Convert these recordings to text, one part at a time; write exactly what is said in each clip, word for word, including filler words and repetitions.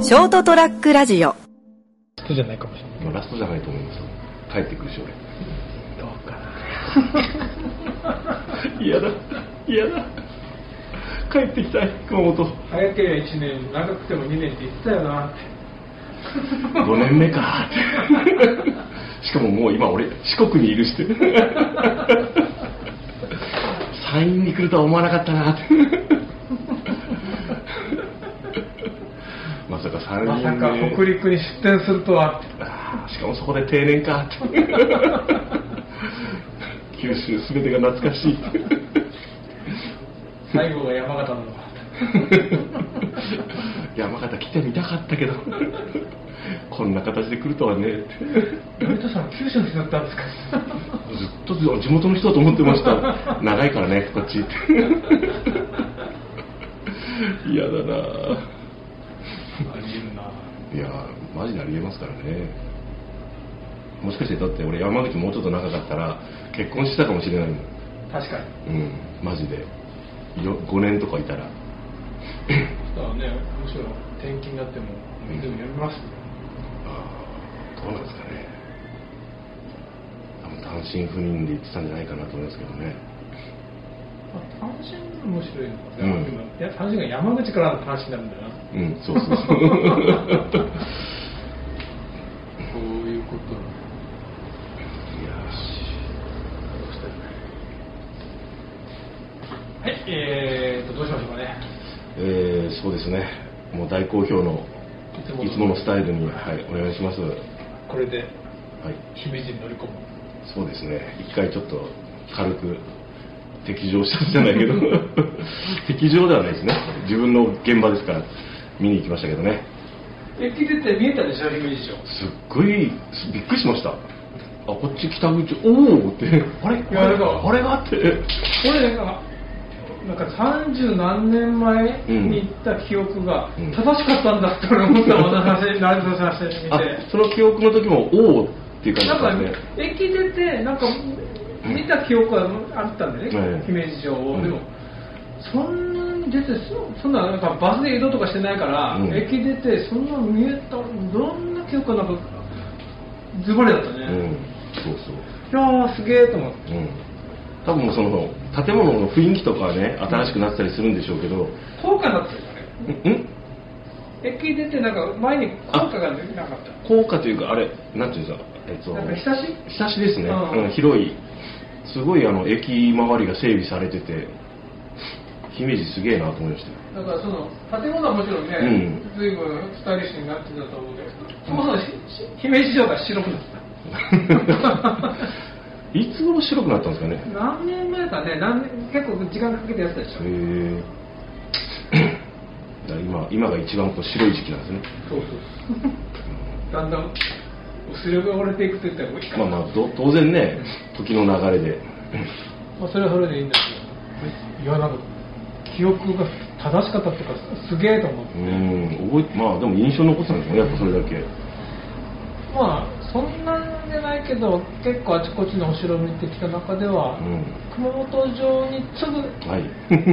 ショートトラックラジオ。 ラストじゃないかもしれない。 ラストじゃないと思います。帰ってくるし俺。 どうかな。 嫌だ嫌だ。帰ってきたい熊本。 早ければいちねん、長くてもにねんって言ってたよなって。 ごねんめかって。しかももう今俺四国にいるして。山陰に来るとは思わなかったなって。まさか山陰まさか北陸に出店するとはって。 あしかもそこで定年かって。九州すべてが懐かしい。 最後が山形なのか。 山形来てみたかったけどこんな形で来るとはねって。 森田さん九州の人だったんですか。 ずっと地元の人だと思ってました。長いからねこっちって嫌だな。 ありえるな。 いやマジでありえますからね。もしかしてだって俺山口もうちょっと長かったら結婚したかもしれないもん。 確かに。 うんマジでごねんとかいたら。 そしたらね、むしろ転勤になっても水もやめます、ね。 ああどうなんですかね。多分単身赴任で行ってたんじゃないかなと思いますけどね。 あ、単身面白いのか、 うん、 いや単身が山口からの単身なんだな。 うんそうそうそう。 こういうことなの。 いやはい、えーとどうしましょうかね。 えー、そうですね。もう大好評のいつも の, いつものスタイルに、はい、お願いします。 これで、 はい、 姫路に乗り込む。 そうですね。一回ちょっと軽く適乗したんじゃないけど適乗ではないですね。自分の現場ですから見に行きましたけどね。 駅出て見えたでしょ、姫路城。 すっごいびっくりしました。あ、こっち北口、おおってあれ、 いや、なんかあれがあって、これなんかなんか三十何年前に行った記憶が正しかったんだって俺思ったものなしなりさせてみて、 その記憶の時もおおっていう感じなんかですね。 駅出てなんか見た記憶があったんでね、うん、姫路城を、うん、でもそんなに出て そ, そんななんかバスで移動とかしてないから、うん、駅出てそんな見えたどんな記憶がなんかズバリだったね、うん、 そうそういやーすげえと思って、 うん多分その建物の雰囲気とかはね新しくなったりするんでしょうけど、 高架だったよね。ん？駅出てなんか前に高架が出てなかった。 高架というかあれなんていうんですか、えっとなんかひさし？ ひさしですね。 うんうん、広いすごいあの駅周りが整備されてて姫路すげえなと思いました。 だからその建物はもちろんね、うん、随分スタイリッシュになってたと思うけど、そもそも姫路城が白くなった。 いつ頃白くなったんですかね。 何年前かね、何年結構時間かけてやったでしょ。 へえ。今今が一番こう白い時期なんですね。 そうそうそう。だんだん薄れが折れていくといったらもいいかな。 まあまあ当然ね、時の流れで。 まあそれはそれでいいんだけど。いやなんか記憶が正しかったっていうかすげえと思って。 うん覚えまあでも印象残ってたんですよねやっぱそれだけ。 まあそんなじゃないけど結構あちこちのお城を見てきた中では、うん、熊本城に次ぐ、はい、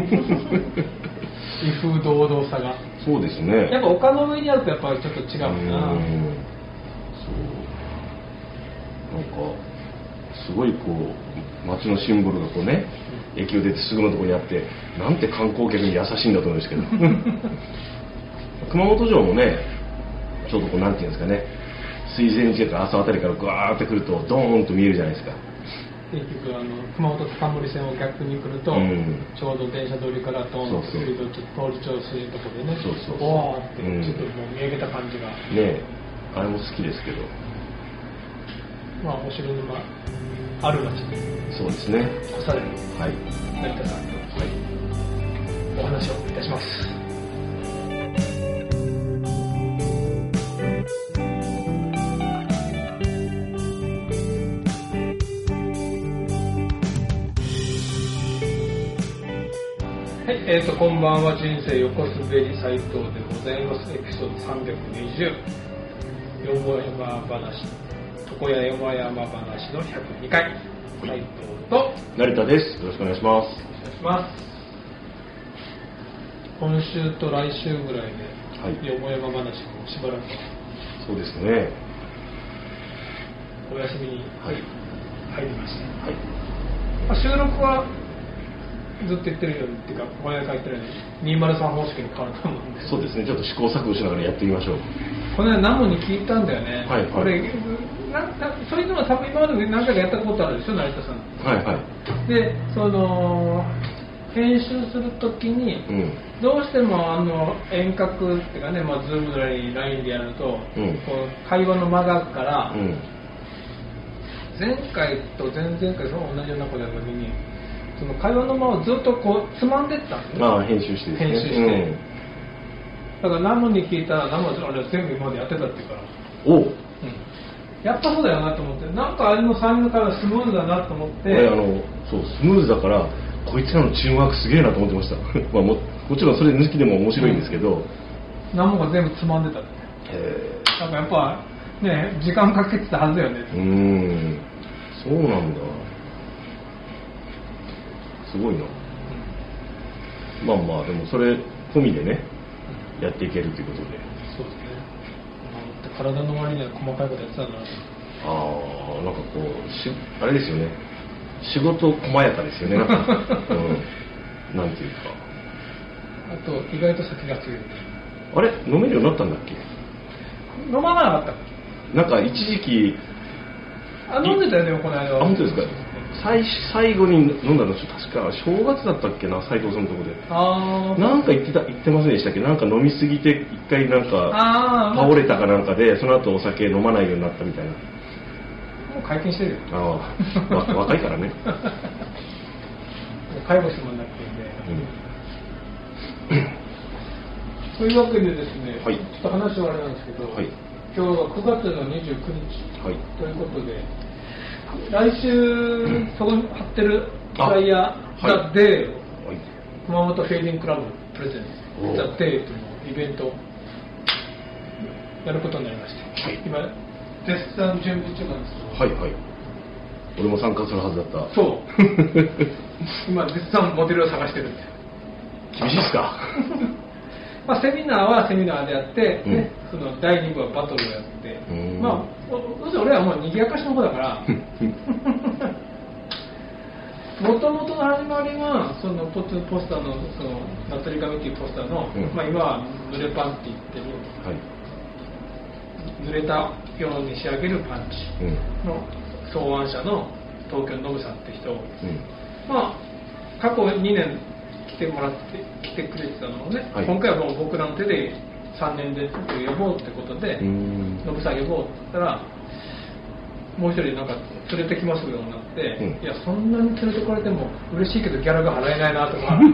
威風堂々さがそうですね。 やっぱ丘の上にあるとやっぱりちょっと違うな。うんそうなんかすごいこう街のシンボルがこうね、うん、駅を出てすぐのところにあってなんて観光客に優しいんだと思うんですけど熊本城もねちょっとこうなんていうんですかね水前寺から朝あたりからぐわーって来るとドーンと見えるじゃないですか。 結局あの熊本高森線を逆に来ると、うん、ちょうど電車通りからドーンと来ると通り調子のところでねそうそうそうわーってちょっともう見上げた感じが、 うん、ねえあれも好きですけどまあお城沼ある町でそうですね干されるはい成田さんと、はい、お話をいたします。はい、えーと、こんばんは。人生横滑り斉藤でございます。エピソードさんびゃくにじゅう。よもやま話、床屋よもやま話のひゃくにかい。斉藤と成田です。よろしくお願いします。 お願いします。今週と来週ぐらいではい、よもやま話もしばらくそうですねお休みに入りました、 はいまあ、収録はずっと言ってるようにっていうかこの間書いてるようににひゃくさん方式に変わると思うんでそうですねちょっと試行錯誤しながらやってみましょうこの間ナモに聞いたんだよね、 はいはい、 これなそういうのは多分今まで何回かやったことあるでしょ成田さんはいはいでその編集するときに、うん、どうしてもあの遠隔っていうかね、まあ、ズームなり ライン でやると、うん、こう会話の間があるから、うん、前回と前々回その同じようなことやったときにその会話の間をずっとこうつまんでったんですね。 ああ編集してですね。 編集して、うん、だからナモに聞いたらナモは全部今までやってたっていうからおう、うん、 やっぱそうだよなと思ってなんかあれのさんにんの会話スムーズだなと思って俺あのそうスムーズだからこいつらのチームワークすげえなと思ってましたまあ も, もちろんそれ抜きでも面白いんですけど、うん、 ナモが全部つまんでたってへえなんかやっぱね時間かけてたはずだよねうーんそうなんだすごいな、うん、まあまあでもそれ込みでねやっていけるということでそうですね、まあ、体の割には細かいことやってたんだなああなんかこうしあれですよね仕事細やかですよねなんか、うん、なんていうかあと意外と先が強いあれ飲めるようになったんだっけ飲まなかったっけなんか一時期あ飲んでたよねこの間はあ本当ですか最, 最後に飲んだの確か正月だったっけな斉藤さんのところであなんか言ってた言ってませんでしたっけなんか飲みすぎて一回なんか倒れたかなんかでその後お酒飲まないようになったみたいなもう解禁してるよああ若いからね介護してもらわなくていいんで、うん、というわけでですね、はい、ちょっと話はあれなんですけど、はい、今日はくがつのにじゅうくにち、はい、ということで来週そこに貼ってるフライヤーザ・デーを熊本フェイディングクラブプレゼントザ・デーというイベントをやることになりまして、はい、今絶賛準備中なんですけどはいはい俺も参加するはずだったそう今絶賛モデルを探してるんで厳しいですかまあセミナーはセミナーでやって、うんね、そのだいに部はバトルをやってまあどうせ俺はもう賑やかしの方だからもともとの始まりはそのポスポスターのそのナトリ紙っていうポスターの、うんまあ、今は濡れパンって言ってる、はい、濡れたように仕上げるパンチの草案者の東京のノブさんって人を、うん、まあ過去にねん来てもらって来てくれてたのをね、はい、今回はもう僕らの手でさんねんで呼ぼうってことでノブさん呼ぼうって言ったらもう一人なんか連れてきますようになって、うん、いやそんなに連れてこられても嬉しいけどギャラが払えないなとか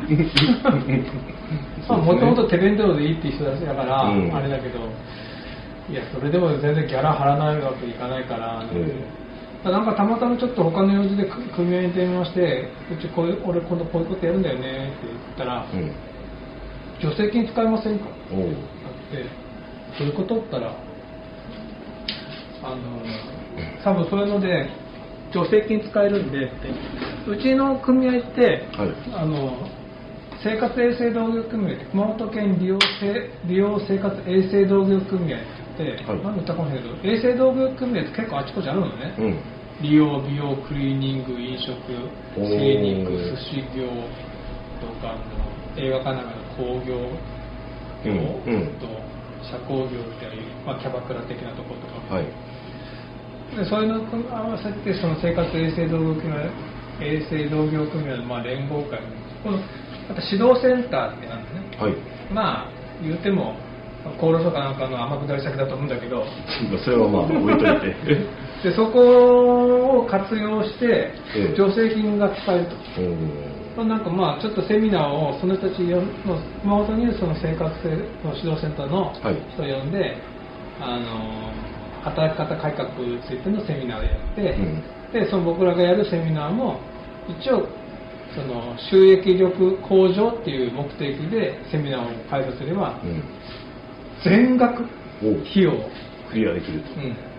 もともと手弁当でいいっていう人たちだから、うん、あれだけどいやそれでも全然ギャラ払わないわけにいかないからなんて、うん、なんかたまたまちょっと他の用事で組合に行ってみましてうちこういう俺今度こういうことやるんだよねって言ったら、うん、助成金使えませんかってなってどういうことって言ったらあの多分そういうので助成金使えるんでってうちの組合って、はい、あの生活衛生同業組合って熊本県利用利用生活衛生同業組合って言って、はい、何言ったかもしれないけど衛生同業組合って結構あちこちあるのね、うん、利用美容クリーニング飲食精肉寿司業とかの映画館なんかの工業業、うんうん、と社工業っていう、まあ、キャバクラ的なところとか、はいでそういうのを合わせてその生活衛生同業組合衛生同業組合のまあ連合会このまた指導センターってなんでね、はい、まあ言うても厚労省かなんかの天下り先だと思うんだけどそれはまあ置いといてでそこを活用して助成金が使えると、うん、なんかまあちょっとセミナーをその人たちの熊本にいるその生活の指導センターの人を呼んで、はい、あの働き方改革についてのセミナーをやって、うん、でその僕らがやるセミナーも一応その収益力向上っていう目的でセミナーを開催すれば、うん、全額費用クリアできる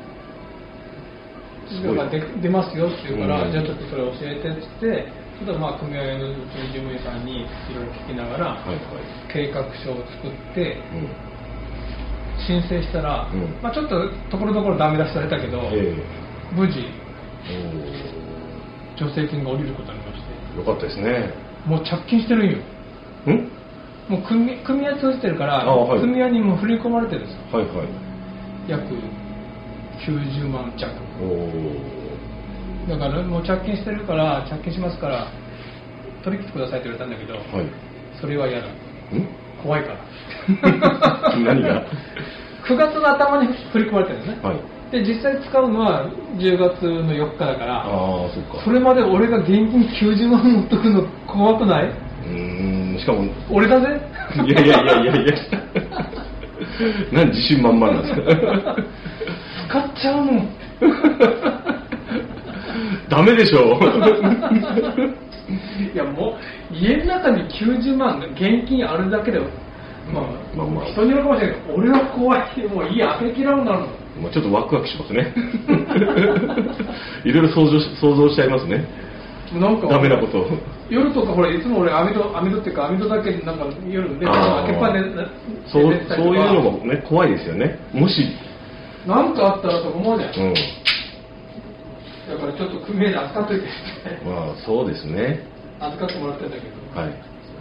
と、うん、だから出ますよっていうから、うん、じゃあちょっとそれ教えてって言ってちょっとまあ組合のうちの事務員さんにいろいろ聞きながら、はいはい、計画書を作って、うん申請したら、うん、まあ、ちょっとところどころダメ出しされたけど、えー、無事助成金が下りることになりまして。 よかったですね。 もう着金してるんよ。 んもう組組合通じてるから、はい、組合にも振り込まれてるんですよ。はいはい。約きゅうじゅうまん弱。おだからもう着金してるから着金しますから取り切ってくださいって言われたんだけど、はい、それは嫌だ。ん怖いから。 何がくがつの頭に振り込まれてるんですね。はい。で実際使うのはじゅうがつのよっかだから、あそっか。それまで俺が現金きゅうじゅうまん持っとくの怖くない？ うーんしかも俺だぜ。 いやいやいやいやいや。何自信満々なんですか。 使っちゃうもん。 ダメでしょ。 いやもう家の中にきゅうじゅうまん現金あるだけで、まあ、まあまあ人によるかもしれないけど俺は怖い。もう家開けきらんなるの。 まあちょっとワクワクしますね。いろいろ想像し想像しちゃいますね。なんかダメなこと。 夜とかほらいつも俺網戸網戸っていうか網戸だけなんか夜で開けっぱでそうそういうのもね怖いですよね。もしなんかあったらと思うじゃん。うん。だからちょっと組合で預かっといて。 まあそうですね。 預かってもらってんだけど。 はい。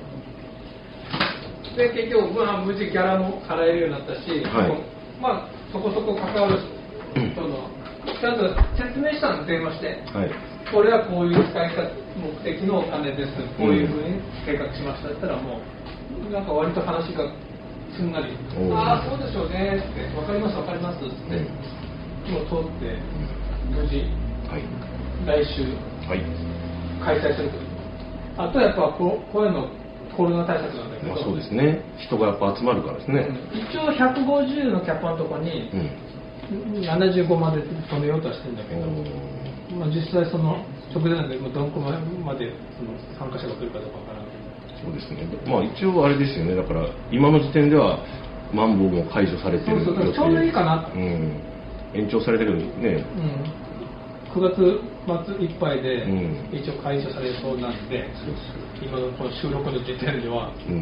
で結局まあ無事ギャラも払えるようになったし、はい、まあそこそこ関わる人のちゃんと説明したの電話して、はい、これはこういう使い方目的のお金です。こういうふうに計画しましたって言ったらもうなんか割と話がすんなり、ああそうでしょうねって分かります分かりますって、もう通って無事、はい、来週、はい、開催すること。あとはやっぱこうこういうのコロナ対策なんだけど、 まあ、そうですね。人がやっぱ集まるからですね。 うん、一応ひゃくごじゅうのキャパのところに、うん、ななじゅうごまで止めようとはしてるんだけど、まあ、実際その直前なんでどこまでその参加者が来るかどうかわからない。 そうですね。まあ一応あれですよね。だから今の時点ではマンボウも解除されてる。 そうそうちょうどいいかな。 うん。延長されてるね。 うん。くがつまついっぱいで一応解除されそうなんで、うん、今のこの収録の時点では。うん。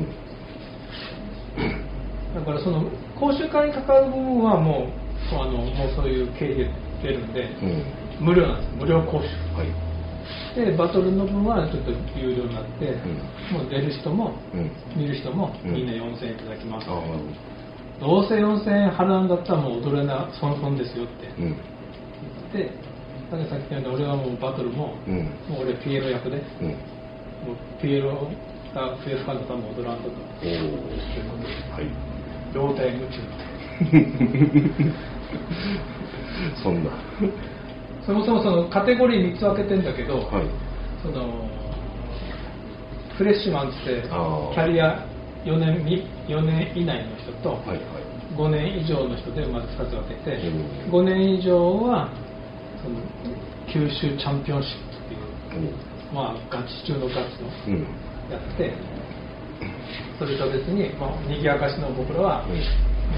だからその講習会に関わる部分はもうあのもうそういう経費で出るんで、うん、無料なんです。無料講習。はい。でバトルの分はちょっと有料になって、うん、もう出る人も、うん、見る人もみんなよんせんえんいただきます、うん、どうせよんせんえん払うんだったらもう踊れな損損ですよって、うん、でだからさっき言った俺はもうバトルも、うん、もう俺ピエロ役で、うん、もうピエロがフェイスファンだったらもう踊らんとかはい両体夢中そんなそもそもそのカテゴリーみっつ分けてんだけど、はい、そのフレッシュマンってキャリアよねん、よねん以内の人と、はいはい、ごねん以上の人でまずふたつ分けて、うん、ごねん以上はその九州チャンピオンシップっていう、うん、まあガチ中のガチの、うん、やってそれと別に、まあ、にぎやかしの僕らは、うん、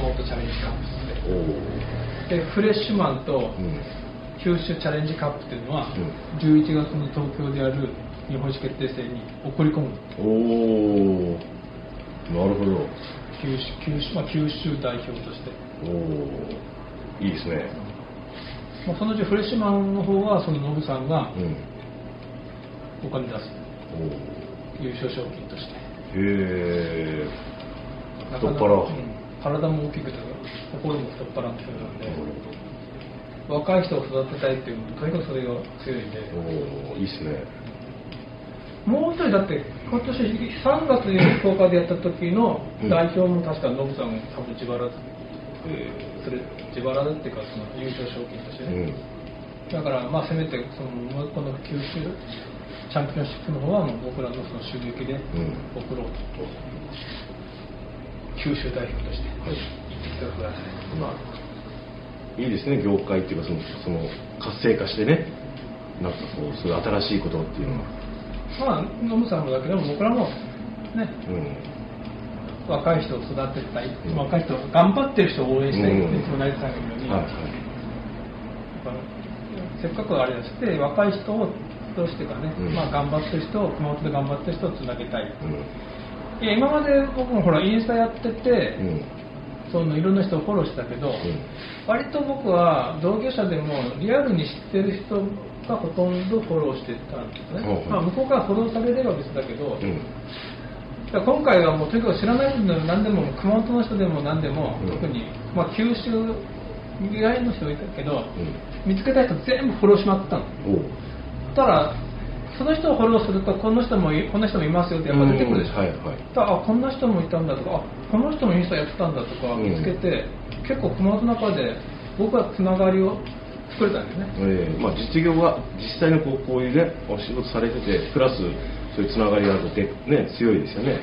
モートチャレンジカップでフレッシュマンと、うん九州チャレンジカップというのは、うん、じゅういちがつの東京である日本史決定戦に送り込む。 おお、なるほど。 九州、九州、まあ、九州代表として。 おお、いいですね。 まあ、そのうちフレッシュマンの方はそのノブさんがお金出す。うん、優勝賞金として。へえ。太っ腹。うん、 体も大きくて心も太っ腹っていうのなんで。若い人を育てたいっていうのとにかくそれが強いんで。 おいいっすね。 もう一人だって今年さんがつよっかでやった時の代表も確かノブさん多分自腹、うん、それ自腹っていうかその優勝賞金としてね、うん、だからまあせめてそのこの九州チャンピオンシップの方はもう僕らのその収益で送ろうと、うん、九州代表として行ってきてください。まあいいですね、業界っていうかその、その活性化してね、なんかこうそういう新しいことっていうのは。 まあノムさんもだけど僕らもね、うん、若い人を育てたい、うん、若い人頑張ってる人を応援したいっていつも成田さんが言うように、はいはい、せっかくあれだして若い人をどうしてかね、うん、まあ頑張ってる人を熊本で頑張ってる人をつなげたい。うん、いや今まで僕もほらインスタやってて。うんそのいろんな人をフォローしたけど、うん、割と僕は同業者でもリアルに知ってる人がほとんどフォローしてたんですね、うん、まあ、向こうからフォローされれば別だけど、うん、だから今回はもうとにかく知らない人でも何でも熊本の人でも何でも、うん、特に、まあ、九州以外の人いたけど、うん、見つけた人全部フォローしまったの。ただその人をフォローするとこの人もこんな人もいますよってやっぱ出てくるでしょ、はいはい、だからあこんな人もいたんだとかあこの人もインスタやってたんだとか見つけて、うん、結構熊本の中で僕はつながりを作れたんですね、 えーまあ、実業は実際のこうこういうねお仕事されててプラスそういうつながりがあると、ね、強いですよね、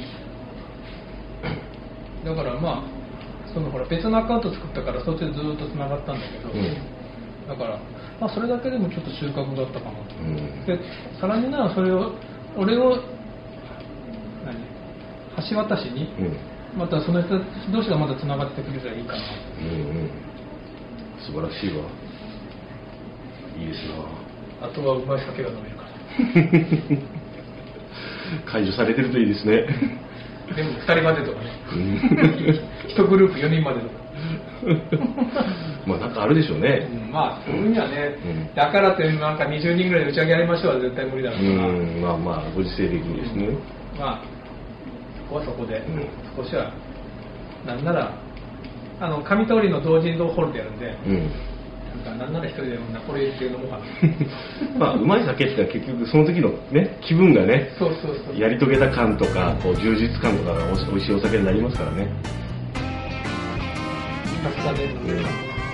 うん、だからまあそのほら別のアカウント作ったからそっちでずっとつながったんだけど、うん、だから、まあ、それだけでもちょっと収穫だったかなと、うん、でさらになそれを俺を何橋渡しに、うん、またその人同士がまだつながってくれたらいいかな、うんうん、 素晴らしいわいいですな。あとはうまい酒が飲めるから解除されてるといいですねでもふたりまでとかねいちグループよにんまでとかまあなんかあるでしょうね、 うん、まあそういうにはね、うん、だからってなんかにじゅうにんぐらいで打ち上げやりましょうは絶対無理だから、うん、 まあまあご時世的にですね、 うん、まあそこはそこで、うん、少しはなんならあの上通りの同人堂ホールでやるんで、うんなんなら一人でもナポレっていうのもかなまあうまい酒ってのは結局その時のね気分がねそうそうそうやり遂げた感とかこう充実感とかがおいしいお酒になりますからねたくさん出るので、うん、はい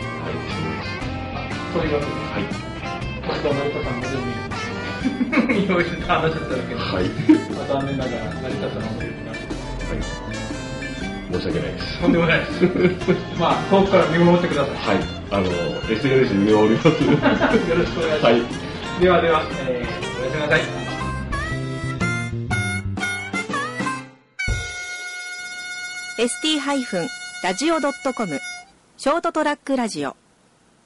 そういうわけではい僕と成田さんも全部用意して話してただけで、はい、また残念ながら成田さんも出るなはい申し訳ないです。 とんでもないです。まあ遠くから見守ってください。 はい。あの エスエヌエス に見守ります。よろしくお願いします。はい。 ではでは、えー、おやすみなさい。 エスティー ラジオ ドットコム ショートトラックラジオ